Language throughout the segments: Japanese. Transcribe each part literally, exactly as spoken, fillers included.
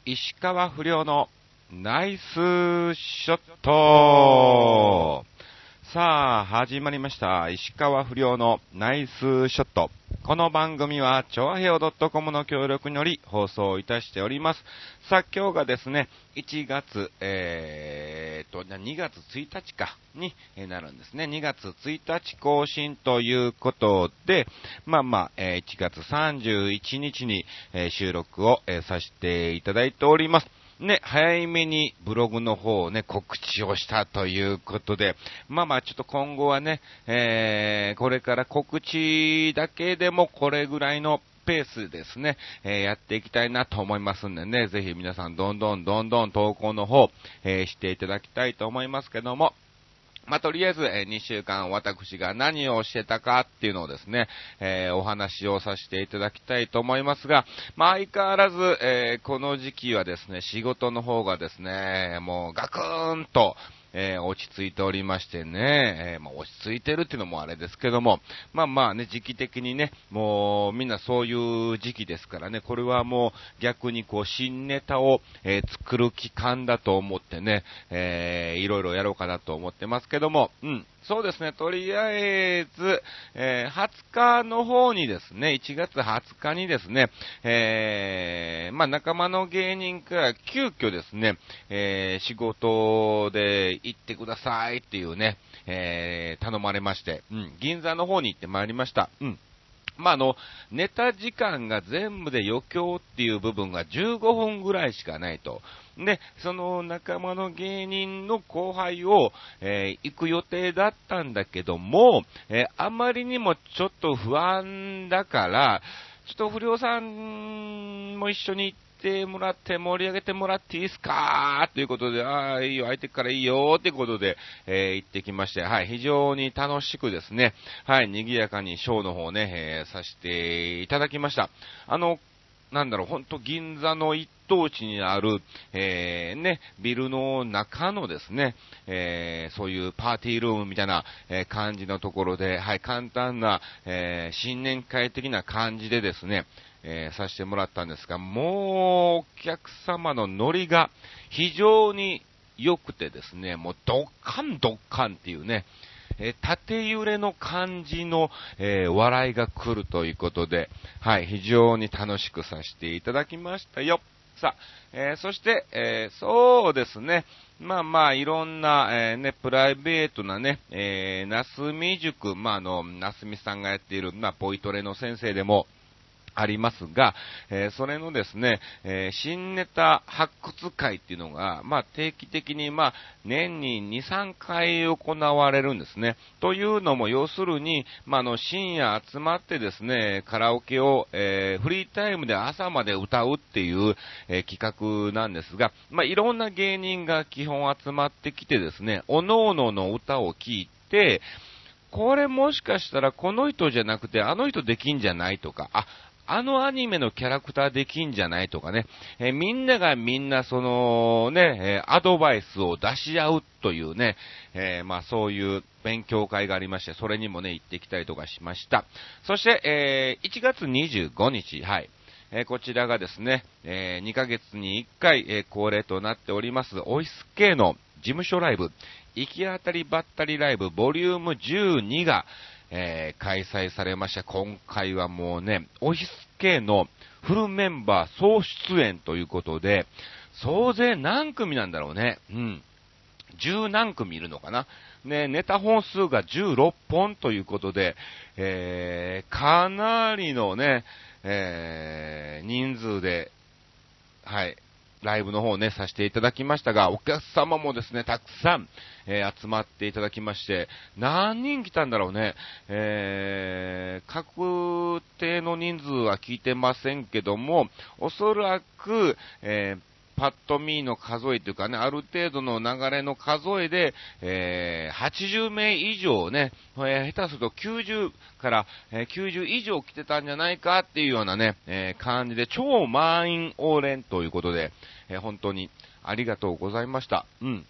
石川不良のナイスショット。さあ、始まりました。石川不良のナイスショット。この番組は、チョアヘオ .com の協力により放送いたしております。さあ、今日がですね、いちがつ、えーと、にがつついたちか、になるんですね。にがつついたち更新ということで、まあまあ、えー、いちがつさんじゅういちにちに、えー、収録を、えー、させていただいております。ね、早めにブログの方をね、告知をしたということで、まあまあちょっと今後はね、えー、これから告知だけでもこれぐらいのペースですね、えー、やっていきたいなと思いますんでね、ぜひ皆さんどんどんどんどん投稿の方、えー、していただきたいと思いますけども、まあ、とりあえず、えー、にしゅうかん私が何をしてたかっていうのをですね、えー、お話をさせていただきたいと思いますが、まあ、相変わらず、えー、この時期はですね、仕事の方がですね、もうガクーンと、えー、落ち着いておりましてね、えー、まあ、落ち着いてるっていうのもあれですけども、まあまあね、時期的にね、もうみんなそういう時期ですからね、これはもう逆にこう新ネタを、えー、作る期間だと思ってね、えー、いろいろやろうかなと思ってますけども、うん。そうですね、とりあえず、えー、はつかの方にですね、いちがつはつかにですね、えー、まあ仲間の芸人から急遽ですね、えー、仕事で行ってくださいっていうね、えー、頼まれまして、うん、銀座の方に行ってまいりました。うん。まあ、あの、ネタ時間が全部で余興っていう部分がじゅうごふんぐらいしかないと。で、その仲間の芸人の後輩を、えー、行く予定だったんだけども、えー、あまりにもちょっと不安だから、ちょっと不良さんも一緒に行ってもらって盛り上げてもらっていいですかということで、ああ、いいよ、相手からいいよってことで、えー、行ってきまして、はい、非常に楽しくですね、はい、賑やかにショーの方ね、えー、させていただきました。あの、なんだろう、ほんと銀座の一等地にある、えー、ね、ビルの中のですね、えー、そういうパーティールームみたいな、えー、感じのところで、はい、簡単な、えー、新年会的な感じでですね、えー、させてもらったんですが、もう、お客様のノリが非常に良くてですね、もうドッカンドッカンっていうね、えー、縦揺れの感じの、えー、笑いが来るということで、はい、非常に楽しくさせていただきましたよ。さあ、えー、そして、えー、そうですね、まあまあ、いろんな、えー、ね、プライベートなね、えー、なすみ塾、まあ、あの、なすみさんがやっている、まあ、ポイトレの先生でも、ありますが、えー、それのですね、えー、新ネタ発掘会っていうのが、まあ、定期的に、まあ、年にに、さんかい行われるんですね。というのも、要するに、まあ、あの、深夜集まってですね、カラオケを、えー、フリータイムで朝まで歌うっていう、えー、企画なんですが、まあ、いろんな芸人が基本集まってきてですね、各々の歌を聴いて、これもしかしたらこの人じゃなくてあの人できんじゃないとか、あ、あのアニメのキャラクターできんじゃないとかね、えー、みんながみんなそのね、えー、アドバイスを出し合うというね、えー、まあそういう勉強会がありまして、それにもね、行ってきたりとかしました。そして、えー、いちがつにじゅうごにち、はい。えー、こちらがですね、えー、にかげつにいっかい、えー、恒例となっております、オイス系の事務所ライブ、行き当たりばったりライブボリュームじゅうにが、えー、開催されました。今回はもうね、オフィス系のフルメンバー総出演ということで、総勢何組なんだろうね。うん。十何組いるのかな。ね、ネタ本数がじゅうろっぽんということで、えー、かなりのね、えー、人数で、はい、ライブの方をね、させていただきましたが、お客様もですね、たくさん、えー、集まっていただきまして、何人来たんだろうね、えー、確定の人数は聞いてませんけども、おそらく、えーパッと見の数えというかね、ある程度の流れの数えで、えー、はちじゅうめい以上ね、えー、下手するときゅうじゅうから、えー、きゅうじゅう以上来てたんじゃないかっていうようなね、えー、感じで超満員応援ということで、えー、本当にありがとうございました。うん。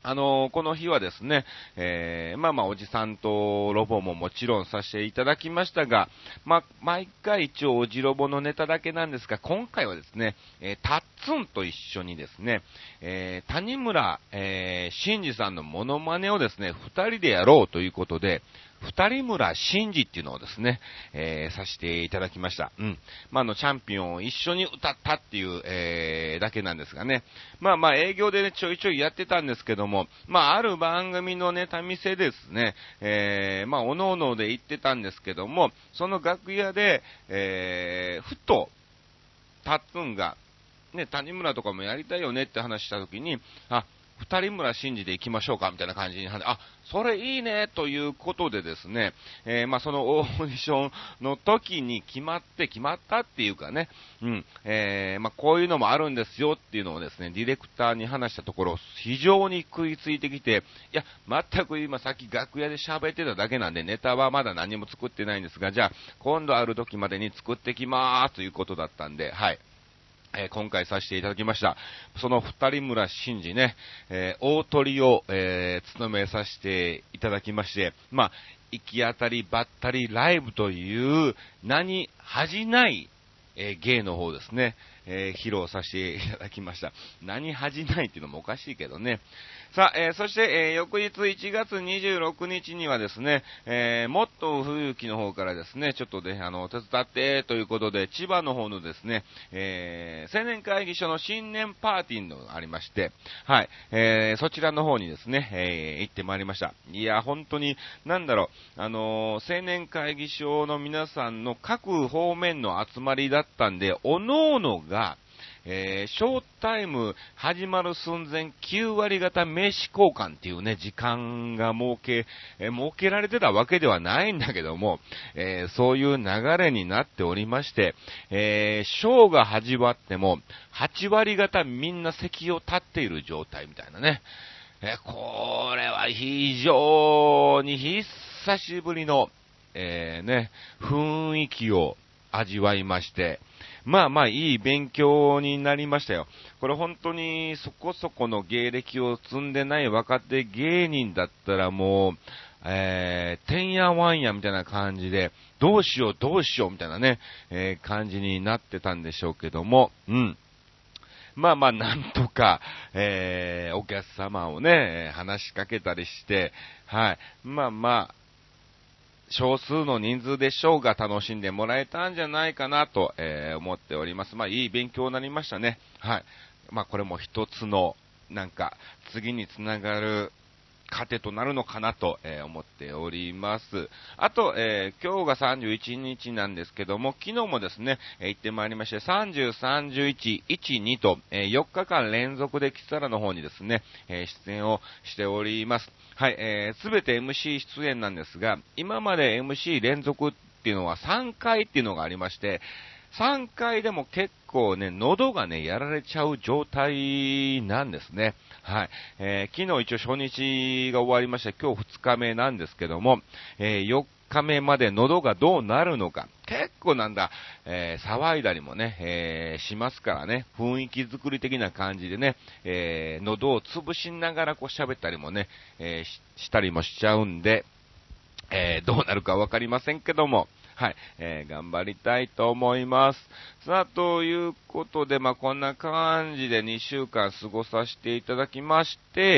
あのー、この日はですね、えー、まあまあ、おじさんとロボももちろんさせていただきましたが、まあ、毎回一応おじロボのネタだけなんですが、今回はですね、えー、タッツンと一緒にですね、えー、谷村、えー、新司さんのモノマネをですね、二人でやろうということで、二人村新司っていうのをですね、えー、させていただきました。うん。まあ、あの、チャンピオンを一緒に歌ったっていう、えー、だけなんですがね。まあまあ、営業でね、ちょいちょいやってたんですけども、まあ、ある番組のネタ見せですね、えー、まあ、おのおので行ってたんですけども、その楽屋で、えー、ふと、タッツンが、ね、谷村とかもやりたいよねって話したときに、あ、二人村新司で行きましょうかみたいな感じに、あ、それいいねということでですね、えー、まあそのオーディションの時に決まって決まったっていうかね、うん、えー、まあこういうのもあるんですよっていうのをですね、ディレクターに話したところ、非常に食いついてきて、いや、全く今さっき楽屋で喋ってただけなんで、ネタはまだ何も作ってないんですが、じゃあ今度ある時までに作ってきまーすということだったんで、はい。えー、今回させていただきました。その二人村新司ね、えー、大鳥を、えー、務めさせていただきまして、まあ、行き当たりばったりライブという名に恥じない、えー、芸の方ですね、えー、披露させていただきました。名に恥じないっていうのもおかしいけどね。さあ、えー、そして、えー、翌日いちがつにじゅうろくにちにはですね、えー、もっと冬木の方からですね、ちょっとね、あの、手伝ってということで、千葉の方のですね、えー、青年会議所の新年パーティーのがありまして、はい、えー、そちらの方にですね、えー、行ってまいりました。いや、本当に、なんだろう、あのー、青年会議所の皆さんの各方面の集まりだったんで、おのおのが、えー、ショータイム始まる寸前きゅうわり型名刺交換っていうね、時間が設け、えー、設けられてたわけではないんだけども、えー、そういう流れになっておりまして、えー、ショーが始まっても、はちわり型みんな席を立っている状態みたいなね。えー、これは非常に久しぶりの、えー、ね、雰囲気を味わいまして、まあまあいい勉強になりましたよ。これ本当にそこそこの芸歴を積んでない若手芸人だったらもう、えー、てんやわんやみたいな感じで、どうしようどうしようみたいなね、えー、感じになってたんでしょうけども、うん。まあまあなんとか、えー、お客様をね、話しかけたりして、はい。まあまあ、少数の人数でしょうが楽しんでもらえたんじゃないかなと、えー、思っております。まあいい勉強になりましたね。はい。まあこれも一つのなんか次につながる糧となるのかなと、えー、思っております。あと、えー、今日がさんじゅういちにちなんですけども、昨日もですね、えー、行ってまいりまして、さんじゅう、さんじゅういち、いち、にと、えー、よっかかん連続でキサラの方にですね、えー、出演をしております。はい、えー、すべて エムシー 出演なんですが、今まで エムシー 連続っていうのはさんかいっていうのがありまして、さんかいでも結構ね、喉がね、やられちゃう状態なんですね。はい。えー、昨日一応初日が終わりまして、今日ふつかめなんですけども、えー、よっかめまで喉がどうなるのか、結構なんだ、えー、騒いだりもね、えー、しますからね、雰囲気作り的な感じでね、えー、喉を潰しながらこう喋ったりもね、えー、し, したりもしちゃうんで、えー、どうなるかわかりませんけども、はい、えー、頑張りたいと思います。さあ、ということで、まあ、こんな感じでにしゅうかん過ごさせていただきまして、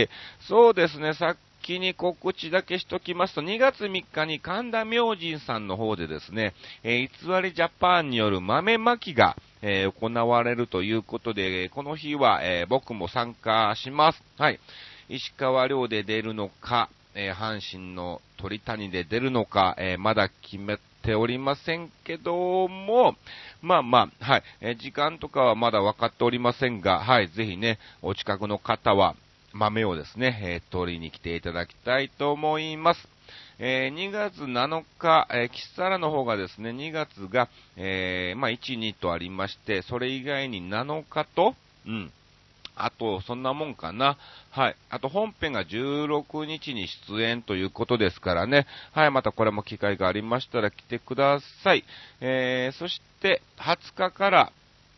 そうですね、さっきに告知だけしときますと、にがつみっかに神田明神さんの方でですね、えー、偽りジャパンによる豆まきが、えー、行われるということで、この日は、えー、僕も参加します。はい。石川遼で出るのか、えー、阪神の鳥谷で出るのか、えー、まだ決めておりませんけども、まあまあ、はい、えー、時間とかはまだ分かっておりませんが、はい、ぜひね、お近くの方は豆をですね、えー、取りに来ていただきたいと思います。えー、にがつなのか、えー、キサラの方がですね、にがつが、えー、まあ、いち、にとありまして、それ以外になのかと、うん、あと、そんなもんかな。はい。あと、本編がじゅうろくにちに出演ということですからね。はい。またこれも機会がありましたら来てください。えー、そして、はつかから、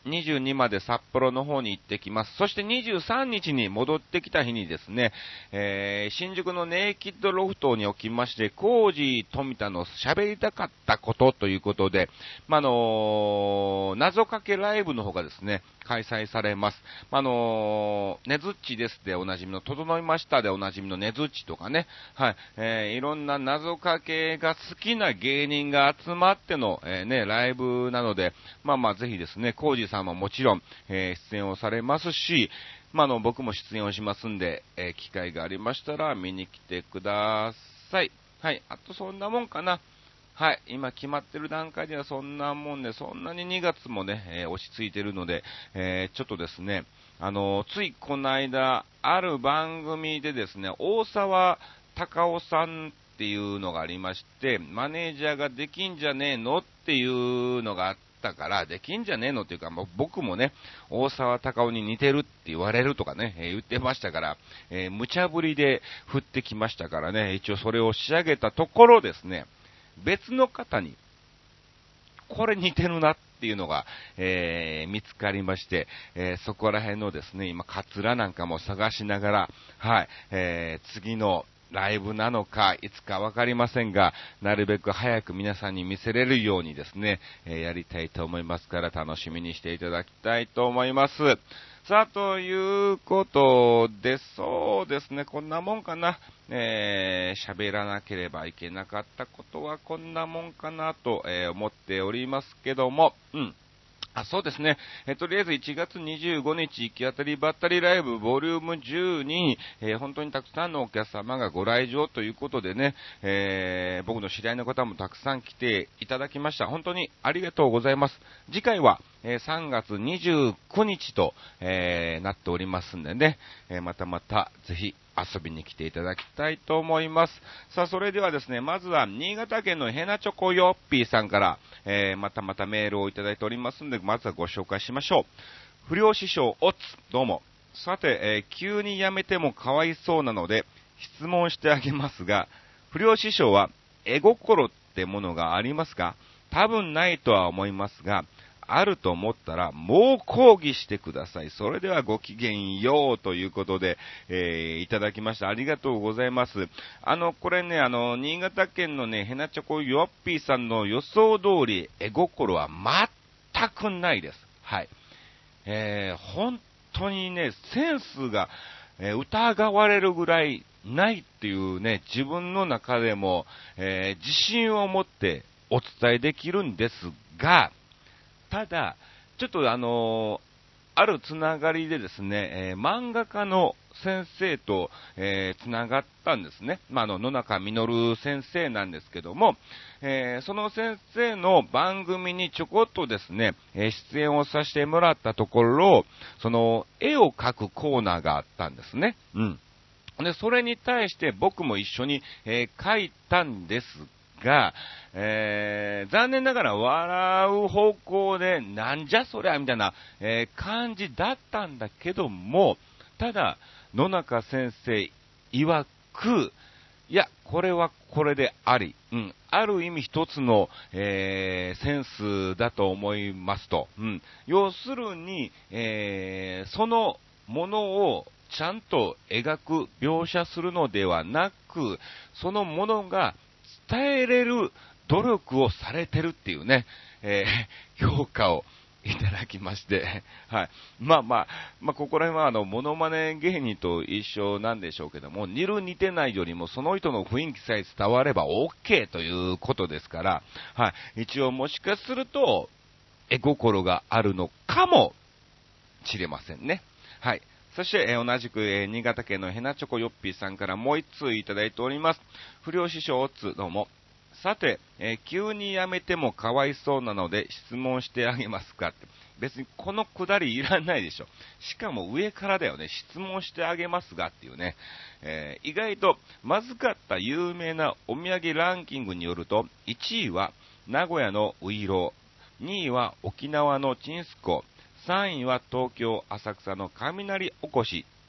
にじゅうにまで札幌の方に行ってきます。そしてにじゅうさんにちに戻ってきた日にですね、えー、新宿のネイキッドロフトにおきまして、コージー富田の喋りたかったことということで、まあのー、謎かけライブの方がですね、開催されます。あのー、ねずっちですでおなじみの、整いましたでおなじみのねずっちとかね、はい、えー、いろんな謎かけが好きな芸人が集まっての、えー、ね、ライブなので、まあまあぜひですね、コージーさんももちろん、えー、出演をされますし、まあ、あの、僕も出演をしますんで、えー、機会がありましたら見に来てください。はい、あとそんなもんかな。はい。今決まってる段階ではそんなもんで、そんなににがつもね、えー、落ち着いてるので、えー、ちょっとですね、あのー、ついこの間、ある番組でですね、大沢たかおさんっていうのがありまして、マネージャーができんじゃねえのっていうのがあったから、できんじゃねえのっていうか、もう僕もね、大沢たかおに似てるって言われるとかね、えー、言ってましたから、えー、無茶ぶりで振ってきましたからね、一応それを仕上げたところですね、別の方に、これ似てるなっていうのが、えー、見つかりまして、えー、そこら辺のですね、今、カツラなんかも探しながら、はい、えー、次のライブなのか、いつかわかりませんが、なるべく早く皆さんに見せれるようにですね、えー、やりたいと思いますから、楽しみにしていただきたいと思います。さあ、ということで、そうですね、こんなもんかな。えー、喋らなければいけなかったことはこんなもんかなと、えー、思っておりますけども、うん。あ、そうですね。えー、とりあえずいちがつにじゅうごにち、行き当たりばったりライブボリュームじゅうに、えー、本当にたくさんのお客様がご来場ということでね、えー、僕の知り合いの方もたくさん来ていただきました。本当にありがとうございます。次回は、えー、さんがつにじゅうくにちと、えー、なっておりますんでね、えー、またまたぜひ遊びに来ていただきたいと思います。さあ、それではですね、まずは新潟県のヘナチョコヨッピーさんから、えー、またまたメールをいただいておりますので、まずはご紹介しましょう。不良師匠おつ、どうも。さて、えー、急にやめてもかわいそうなので、質問してあげますが、不良師匠は絵心ってものがありますか？多分ないとは思いますが、あると思ったら、もう抗議してください。それではごきげんようということで、えー、いただきました。ありがとうございます。あの、これね、あの、新潟県のね、ヘナチョコヨッピーさんの予想通り、絵心は全くないです。はい。えー、本当にね、センスが、えー、疑われるぐらいないっていうね、自分の中でも、えー、自信を持ってお伝えできるんですが、ただ、ちょっとあのー、あるつながりでですね、えー、漫画家の先生と、えー、つながったんですね。まあ、あの、野中実先生なんですけども、えー、その先生の番組にちょこっとですね、えー、出演をさせてもらったところ、その、絵を描くコーナーがあったんですね。うん。で、それに対して僕も一緒に、えー、描いたんですが、えー、残念ながら笑う方向で、なんじゃそりゃみたいな、えー、感じだったんだけども、ただ、野中先生曰く、いや、これはこれであり、うん、ある意味一つの、えー、センスだと思いますと、うん、要するに、えー、そのものをちゃんと描く、描写するのではなく、そのものが伝えれる努力をされてるっていうね、えー、評価をいただきまして、はい。まあまあ、まあ、ここら辺はあの、モノマネ芸人と一緒なんでしょうけども、似る似てないよりもその人の雰囲気さえ伝われば OK ということですから、はい。一応もしかすると、絵心があるのかもしれませんね。はい。そして、えー、同じく、えー、新潟県のヘナチョコヨッピーさんからもう一通いただいております。不良師匠おつ、どうも。さて、えー、急にやめてもかわいそうなので質問してあげますかって。別にこのくだりいらないでしょ。しかも上からだよね。質問してあげますがっていうね。えー、意外とまずかった有名なお土産ランキングによると、いちいは名古屋のウイロー、にいは沖縄のチンスコ、さんいは東京浅草の雷おこし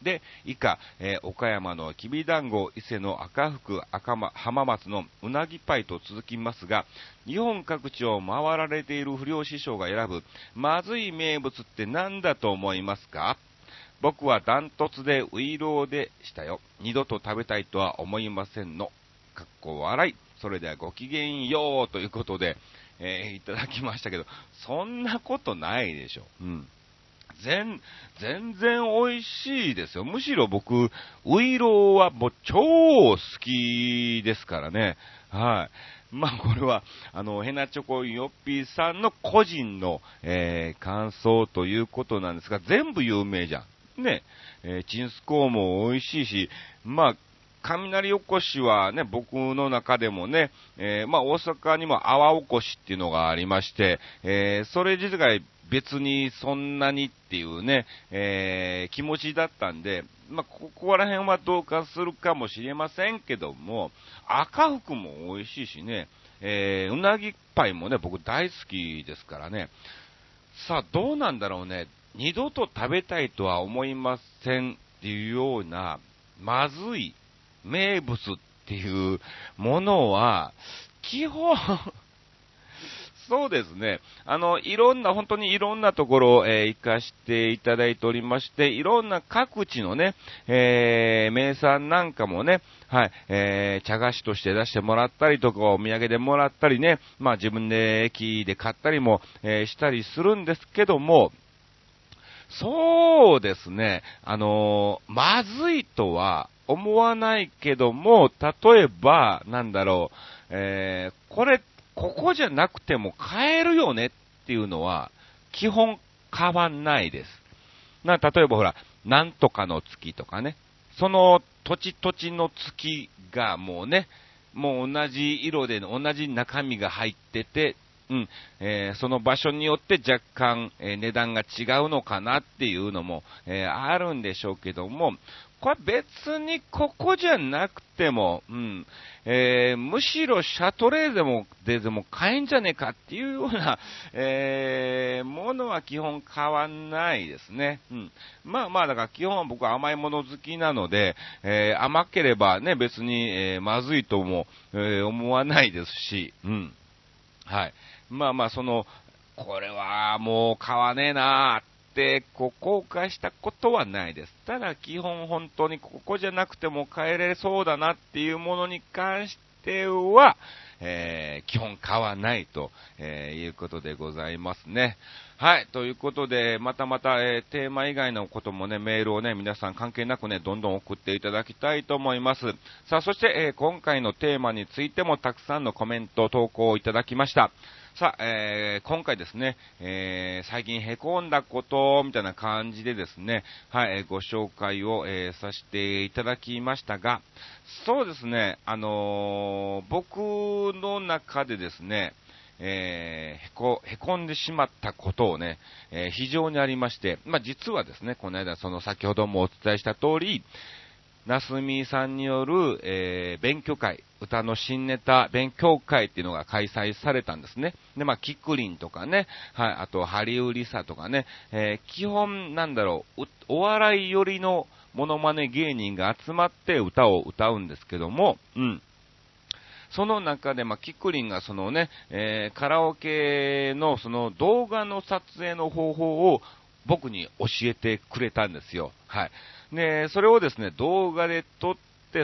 で、以下、えー、岡山のきびだんご、伊勢の赤福、赤ま、浜松のうなぎパイと続きますが、日本各地を回られている不良師匠が選ぶ、まずい名物って何だと思いますか？僕はダントツでウイローでしたよ。二度と食べたいとは思いませんの。かっこ笑い。それではごきげんようということで、えー、いただきましたけど、そんなことないでしょ。うん。全、全然美味しいですよ。むしろ僕、ウイローはもう超好きですからね。はい。まあこれは、あの、ヘナチョコヨッピーさんの個人の、えー、感想ということなんですが、全部有名じゃん。ね。えー、チンスコーも美味しいし、まあ、雷おこしはね、僕の中でもね、えー、まあ大阪にも泡おこしっていうのがありまして、えー、それ自体別にそんなにっていうね、えー、気持ちだったんで、まあここら辺はどうかするかもしれませんけども、赤福も美味しいしね、えー、うなぎパイもね、僕大好きですからね。さあ、どうなんだろうね。二度と食べたいとは思いませんっていうような、まずい名物っていうものは、基本、そうですね。あの、いろんな、本当にいろんなところを、えー、行かしていただいておりまして、いろんな各地のね、えー、名産なんかもね、はい、えー、茶菓子として出してもらったりとか、お土産でもらったりね、まあ自分で駅で買ったりも、えー、したりするんですけども、そうですね、あのー、まずいとは思わないけども、例えば、なんだろう、えー、これ、ここじゃなくても買えるよねっていうのは、基本変わんないです。な、例えばほら、なんとかの月とかね、その土地土地の月がもうね、もう同じ色で同じ中身が入ってて、うん、えー、その場所によって若干、えー、値段が違うのかなっていうのも、えー、あるんでしょうけども、これ別にここじゃなくても、うん、えー、むしろシャトレーゼも、ででも買えんじゃねえかっていうような、えー、ものは基本変わんないですね。うん。まあまあ、だから基本は僕は甘いもの好きなので、えー、甘ければね、別に、えー、まずいとも、えー、思わないですし、うん。はい。まあまあ、その、これはもう買わねえなーって、こう、後悔したことはないです。ただ、基本本当にここじゃなくても買えれそうだなっていうものに関しては、えー、基本買わないと、えー、いうことでございますね。はい。ということで、またまた、えー、テーマ以外のこともね、メールをね、皆さん関係なくね、どんどん送っていただきたいと思います。さあ、そして、えー、今回のテーマについてもたくさんのコメント、投稿をいただきました。さあ、えー、今回ですね、えー、最近凹んだこと、みたいな感じでですね、はい、ご紹介を、えー、させていただきましたが、そうですね、あのー、僕の中でですね、えー、へこ、へこんでしまったことをね、えー、非常にありまして、まあ、実はですね、この間、その先ほどもお伝えした通り、なすみさんによる、えー、勉強会、歌の新ネタ勉強会っていうのが開催されたんですね。で、まあ、キクリンとかね、はい、あと、ハリウリサとかね、えー、基本、なんだろう、お笑い寄りのモノマネ芸人が集まって歌を歌うんですけども、うん。その中で、まあ、キクリンがそのね、えー、カラオケのその動画の撮影の方法を僕に教えてくれたんですよ。はい。で、それをですね、動画で撮って、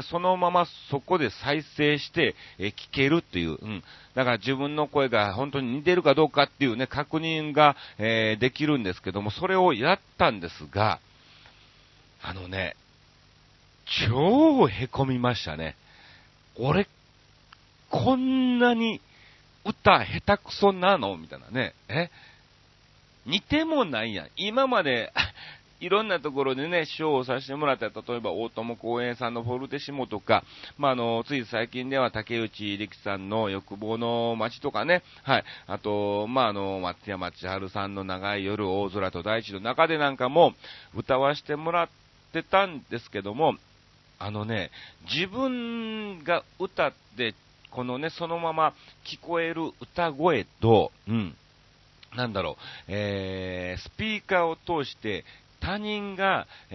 そのままそこで再生して、えー、聞けるっていう、うん。だから自分の声が本当に似てるかどうかっていうね、確認が、えー、できるんですけども、それをやったんですが、あのね、超凹みましたね。俺、こんなに歌下手くそなのみたいなね。え似てもないやん。今まで、いろんなところでね、ショーをさせてもらったら、例えば大友公園さんのフォルテシモとか、まあ、あの、つい最近では竹内力さんの欲望の街とかね、はい。あと、まあ、あの、松山千春さんの長い夜、大空と大地の中でなんかも歌わせてもらってたんですけども、あのね、自分が歌って、このね、そのまま聞こえる歌声と、うん、なんだろう、えー、スピーカーを通して他人が、え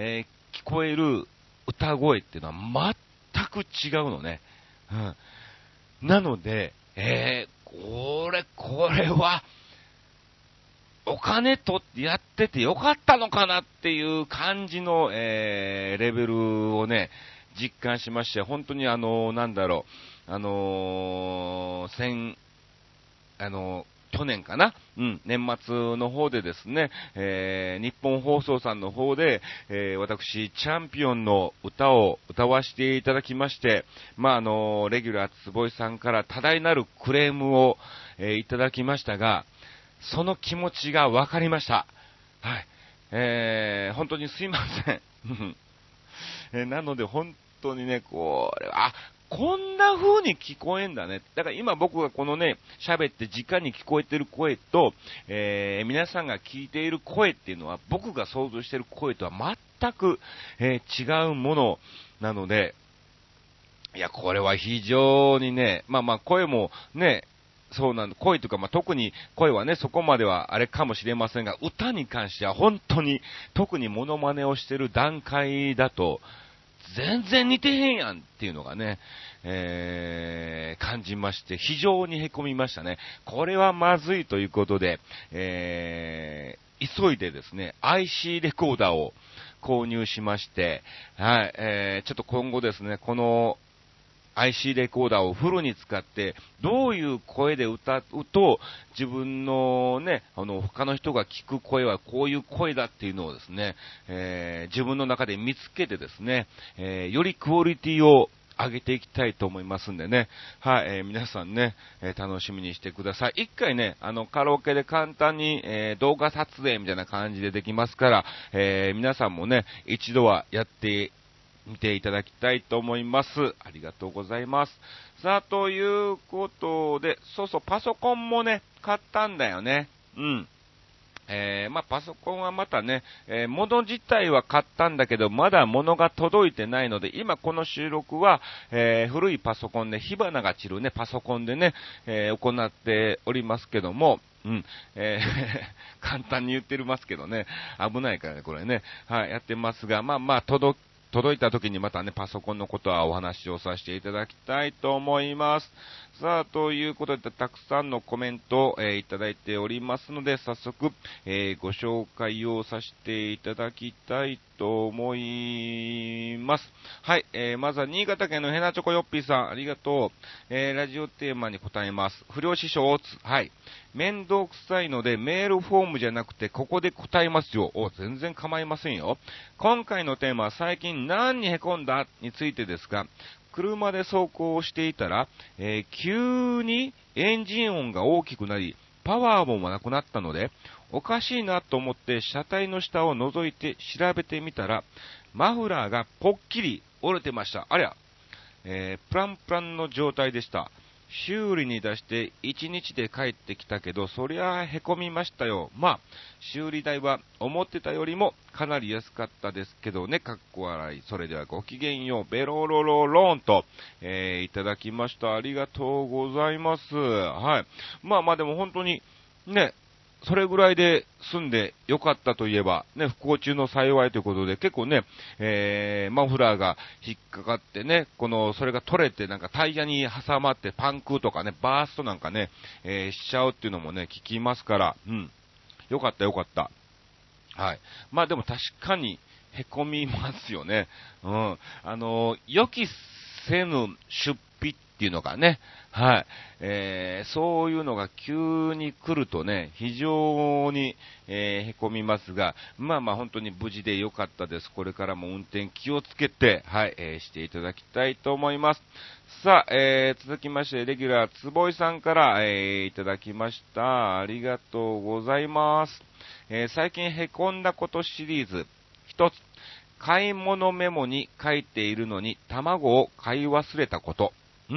聞こえる歌声っていうのは全く違うのね。うん。なので、えー、これ、これは、お金取ってやっててよかったのかなっていう感じの、えー、レベルをね、実感しまして、本当にあの、なんだろう、あのー、先、あのー、去年かな、うん、年末の方でですね、えー、日本放送さんの方で、えー、私、チャンピオンの歌を歌わせていただきまして、まあ、あのー、レギュラー坪井さんから多大なるクレームを、えー、いただきましたが、その気持ちが分かりました。はい。えー、本当にすいません。えー、なので本当にね、これ、あ、こんな風に聞こえんだね。だから今僕がこのね、喋って直に聞こえてる声と、えー、皆さんが聞いている声っていうのは僕が想像している声とは全く、えー、違うものなので、いや、これは非常にね、まあまあ声もね、そうなんだ。声というか、まあ、特に声はね、そこまではあれかもしれませんが、歌に関しては本当に、特にモノマネをしてる段階だと、全然似てへんやんっていうのがね、えー、感じまして、非常に凹みましたね。これはまずいということで、えー、急いでですね、アイシー レコーダーを購入しまして、はい、えー、ちょっと今後ですね、この、アイシー レコーダーをフルに使って、どういう声で歌うと、自分のね、あの、他の人が聞く声はこういう声だっていうのをですね、えー、自分の中で見つけてですね、えー、よりクオリティを上げていきたいと思いますんでね。はい、えー、皆さんね、えー、楽しみにしてください。一回ね、あの、カラオケで簡単に、えー、動画撮影みたいな感じでできますから、えー、皆さんもね、一度はやって見ていただきたいと思います。ありがとうございます。さあ、ということで、そうそう、パソコンもね、買ったんだよね。うん。えー、まあ、パソコンはまたね、えー、物自体は買ったんだけど、まだ物が届いてないので、今この収録は、えー、古いパソコンで、火花が散るね、パソコンでね、えー、行っておりますけども、うん、えー、簡単に言ってますけどね、危ないからね、これね、はい、やってますが、まあまあ、届届いた時にまたね、パソコンのことはお話をさせていただきたいと思います。さあ、ということで、たくさんのコメントを、えー、いただいておりますので、早速、えー、ご紹介をさせていただきたいと思います。はい、えー、まずは新潟県のヘナチョコヨッピーさん、ありがとう。えー、ラジオテーマに答えます。不良師匠をつ、はい。面倒くさいのでメールフォームじゃなくてここで答えますよ。お、全然構いませんよ。今回のテーマは最近何に凹んだについてですが、車で走行をしていたら、えー、急にエンジン音が大きくなり、パワーもなくなったので、おかしいなと思って車体の下を覗いて調べてみたら、マフラーがぽっきり折れてました。ありゃ、えー、プランプランの状態でした。修理に出していちにちで帰ってきたけど、そりゃへこみましたよ。まあ、修理代は思ってたよりもかなり安かったですけどね、かっこ笑い。それではごきげんよう、ベロロロローンと、えー、いただきました。ありがとうございます。はい。まあまあでも本当に、ね、それぐらいで済んでよかったといえば、ね、不幸中の幸いということで、結構ね、えー、マフラーが引っかかってね、この、それが取れて、なんかタイヤに挟まってパンクとかね、バーストなんかね、えー、しちゃうっていうのもね、聞きますから、うん。よかったよかった。はい。まあでも確かに、へこみますよね。うん。あの、予期せぬ出費っていうのがね、はい。えー、そういうのが急に来るとね、非常に、えー、へこみますが、まあまあ本当に無事でよかったです。これからも運転気をつけて、はい、えー、していただきたいと思います。さあ、えー、続きまして、レギュラー、坪井さんから、えー、いただきました。ありがとうございます。えー、最近へこんだことシリーズ、一つ、買い物メモに書いているのに卵を買い忘れたこと。うん。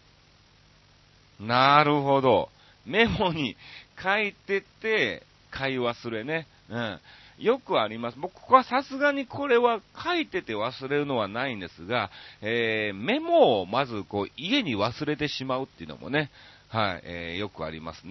なるほど。メモに書いてて買い忘れね。うん。よくあります。僕はさすがにこれは書いてて忘れるのはないんですが、えー、メモをまずこう家に忘れてしまうっていうのもね、はい、えー、よくありますね。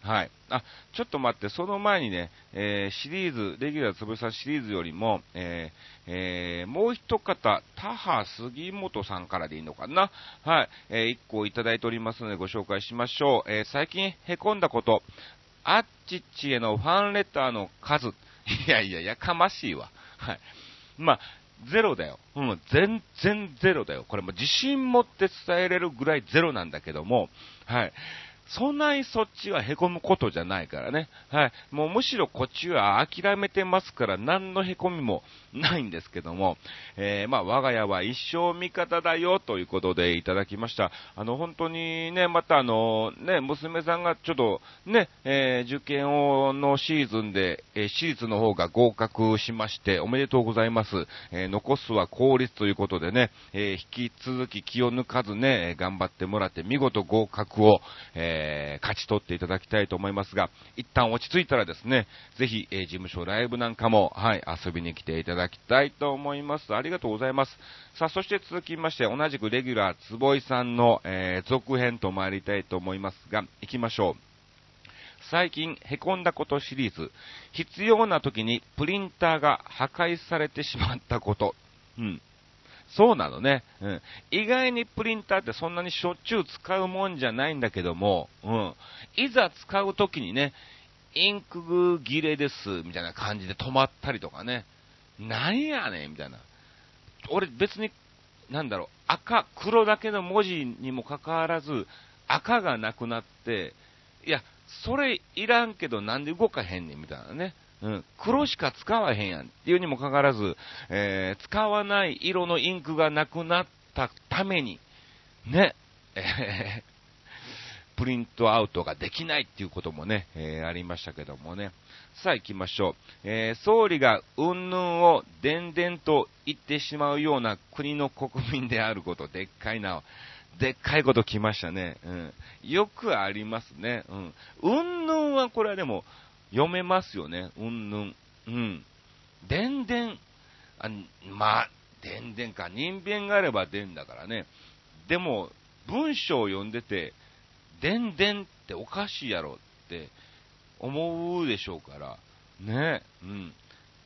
はい。あ、ちょっと待って、その前にね、えー、シリーズ、レギュラーつぶさんシリーズよりも、えーえー、もう一方、田葉杉本さんからでいいのかな。はい。えー、一個いただいておりますのでご紹介しましょう。えー、最近へこんだこと、あっちっちへのファンレターの数。いやいや、やかましいわ。はい。まあ、ゼロだよ。うん、全然ゼロだよ。これも自信持って伝えれるぐらいゼロなんだけども、はい。そんなにそっちは凹むことじゃないからね。はい。もうむしろこっちは諦めてますから何の凹みもないんですけども、えー、まあ我が家は一生味方だよということでいただきました。あの本当にね、またあのね、娘さんがちょっとね、えー、受験をのシーズンで、えー、私立の方が合格しましておめでとうございます。えー、残すは公立ということでね、えー、引き続き気を抜かずね、頑張ってもらって見事合格を、えーえー、勝ち取っていただきたいと思いますが、一旦落ち着いたらですね、ぜひ、えー、事務所ライブなんかも、はい、遊びに来ていただきたいと思います。ありがとうございます。さあ、そして続きまして、同じくレギュラー、坪井さんの、えー、続編と参りたいと思いますが、行きましょう。最近、へこんだことシリーズ、必要な時にプリンターが破壊されてしまったこと。うん。そうなのね、うん。意外にプリンターってそんなにしょっちゅう使うもんじゃないんだけども、うん。いざ使うときにね、インク切れです、みたいな感じで止まったりとかね。なんやねん、みたいな。俺別に、なんだろう、赤、黒だけの文字にもかかわらず、赤がなくなって、いや、それいらんけどなんで動かへんねん、みたいなね。うん、黒しか使わへんやんっていうにもかかわらず、えー、使わない色のインクがなくなったために、ね、えー、プリントアウトができないっていうこともね、えー、ありましたけどもね。さあ行きましょう。えー、総理が云々を伝々と言ってしまうような国の国民であること、でっかいな。でっかいこと来ましたね。うん。よくありますね。うん。云々はこれはでも、読めますよね。うんぬん。うん。でんでん。あ、まあ、でんでんか。人弁があればでんだからね。でも、文章を読んでて、でんでんっておかしいやろって思うでしょうから。ね。うん。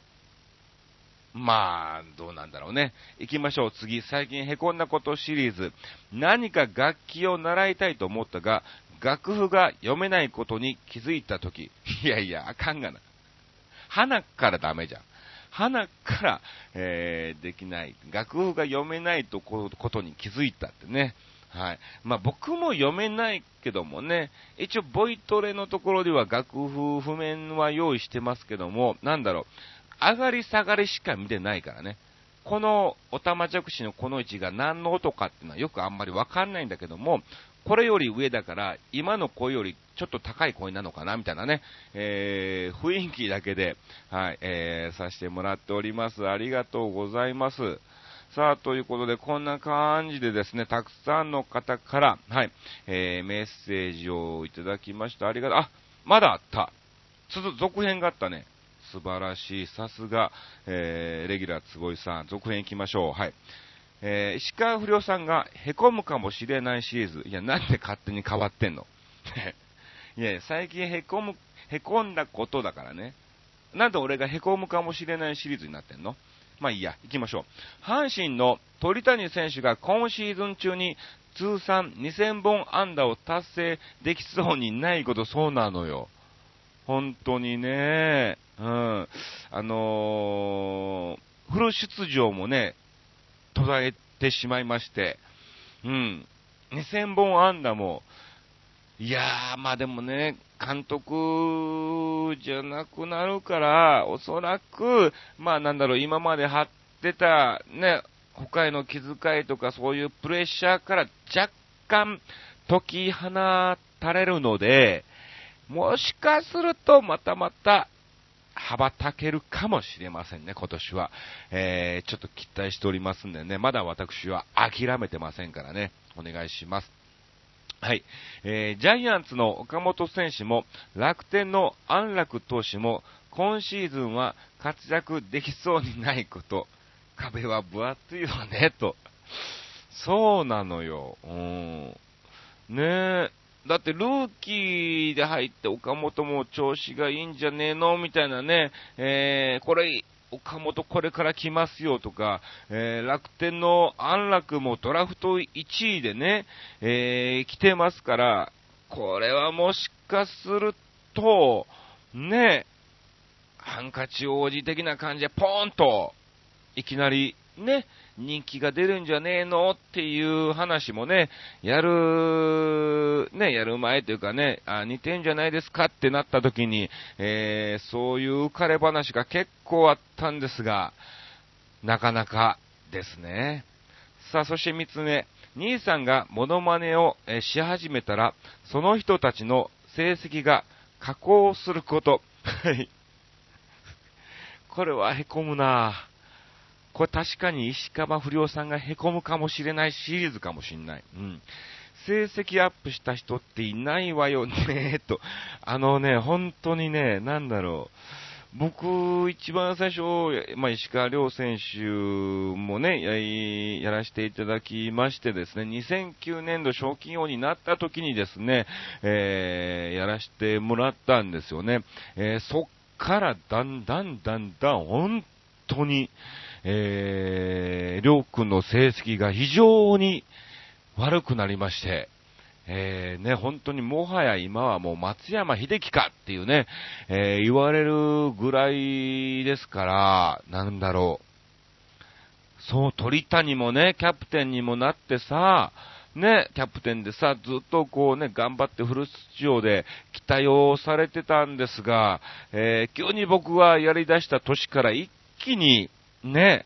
まあ、どうなんだろうね。行きましょう。次。最近へこんだことシリーズ。何か楽器を習いたいと思ったが、楽譜が読めないことに気づいたとき。いやいや、あかんがな。花からダメじゃん。花から、えー、できない。楽譜が読めないとことに気づいたってね。はい。まあ僕も読めないけどもね、一応ボイトレのところでは楽譜譜面は用意してますけども、なんだろう。上がり下がりしか見てないからね。このおたまじゃくしのこの位置が何の音かっていうのはよくあんまりわかんないんだけども、これより上だから今の声よりちょっと高い声なのかなみたいなね、えー、雰囲気だけで、はい、えー、させてもらっております。ありがとうございます。さあ、ということで、こんな感じでですね、たくさんの方から、はい、えー、メッセージをいただきました。ありがとう。あ、まだあった。続、続編があったね。素晴らしい。さすが、えー、レギュラー坪井さん。続編行きましょう。はい。えー、石川不良さんが凹むかもしれないシリーズ。いや、なんで勝手に変わってんのいやいや、最近凹む、凹んだことだからね。なんで俺が凹むかもしれないシリーズになってんの？まあいいや、行きましょう。阪神の鳥谷選手が今シーズン中に通算にせんぼん安打を達成できそうにないこと、そうなのよ。本当にね、うん、あのー、フル出場もね、途絶えてしまいまして、うん、にせんぼん安打も、いやー、まあでもね、監督じゃなくなるから、おそらく、まあなんだろう、今まで張ってた、ね、他への気遣いとかそういうプレッシャーから若干解き放たれるので、もしかするとまたまた羽ばたけるかもしれませんね、今年は。えー、ちょっと期待しておりますんでね、まだ私は諦めてませんからね、お願いします。はい、えー、ジャイアンツの岡本選手も楽天の安楽投手も今シーズンは活躍できそうにないこと、壁は分厚いよねと。そうなのよ。うん、ねえ、 だってルーキーで入って岡本も調子がいいんじゃねえのみたいなね、えー、これ、岡本これから来ますよとか、えー、楽天の安楽もドラフトいちいでね、えー、来てますから、これはもしかすると、ね、ハンカチ王子的な感じでポーンと、いきなりね、人気が出るんじゃねえのっていう話もね、やる、ね、やる前というかね、あ、似てんじゃないですかってなった時に、えー、そういう浮かれ話が結構あったんですが、なかなかですね。さあ、そして三つ目、兄さんがモノマネをし始めたら、その人たちの成績が下降すること。はい。これは凹むなぁ。これ確かに石川不良さんが凹むかもしれないシリーズかもしれない。うん。成績アップした人っていないわよねと。あのね、本当にね、なんだろう。僕、一番最初、まあ、石川遼選手もねや、やらせていただきましてですね、にせんきゅうねんど賞金王になった時にですね、えー、やらせてもらったんですよね。えー、そっからだんだんだんだん、本当に、えー、りょうくんの成績が非常に悪くなりまして、えー、ね、本当にもはや今はもう松山英樹かっていうね、えー、言われるぐらいですから、なんだろう。そう、鳥谷もね、キャプテンにもなってさ、ね、キャプテンでさ、ずっとこうね、頑張ってフル出場で期待をされてたんですが、えー、急に僕がやり出した年から一気に、ね、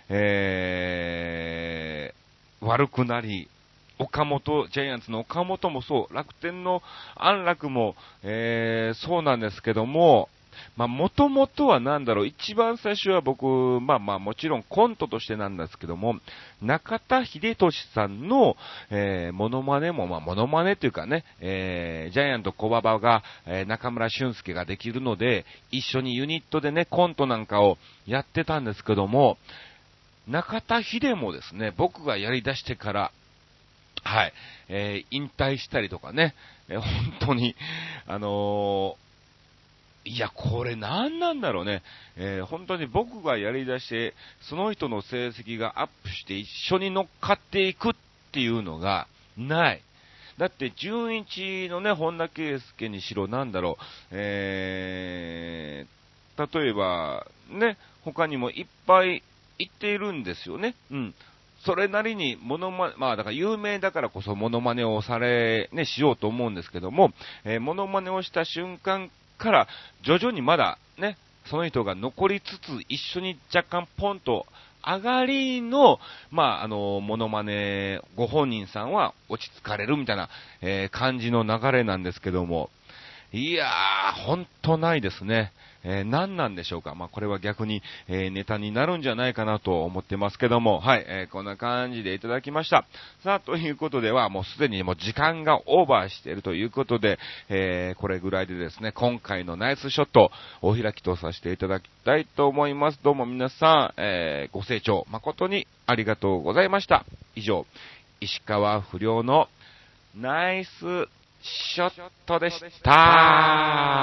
えー、悪くなり、岡本、ジャイアンツの岡本もそう、楽天の安楽も、えー、そうなんですけども、まあ、もともとはなんだろう、一番最初は僕、まあまあもちろんコントとしてなんですけども、中田秀俊さんの、えー、モノマネも、まあモノマネというかね、えー、ジャイアント小馬場が、えー、中村俊介ができるので、一緒にユニットでね、コントなんかをやってたんですけども、中田秀もですね、僕がやり出してから、はい、えー、引退したりとかね、えー、本当に、あのー、いや、これ何なんだろうね、えー、本当に僕がやり出して、その人の成績がアップして一緒に乗っかっていくっていうのがない。だって、純一のね、本田圭佑にしろなんだろう、えー、例えば、ね、他にもいっぱい言っているんですよね。うん。それなりにモノマネ、まあだから有名だからこそモノマネをされ、ね、しようと思うんですけども、えー、モノマネをした瞬間から徐々にまだね、その人が残りつつ一緒に若干ポンと上がりの、まああの、モノマネ、ご本人さんは落ち着かれるみたいな、えー、感じの流れなんですけども、いやー、ほんとないですね。えー、何なんでしょうか。まあ、これは逆に、えー、ネタになるんじゃないかなと思ってますけども、はい、えー、こんな感じでいただきました。さあ、ということでは、もうすでにもう時間がオーバーしているということで、えー、これぐらいでですね、今回のナイスショット、お開きとさせていただきたいと思います。どうも皆さん、えー、ご清聴誠にありがとうございました。以上、石川不良のナイスショットでした。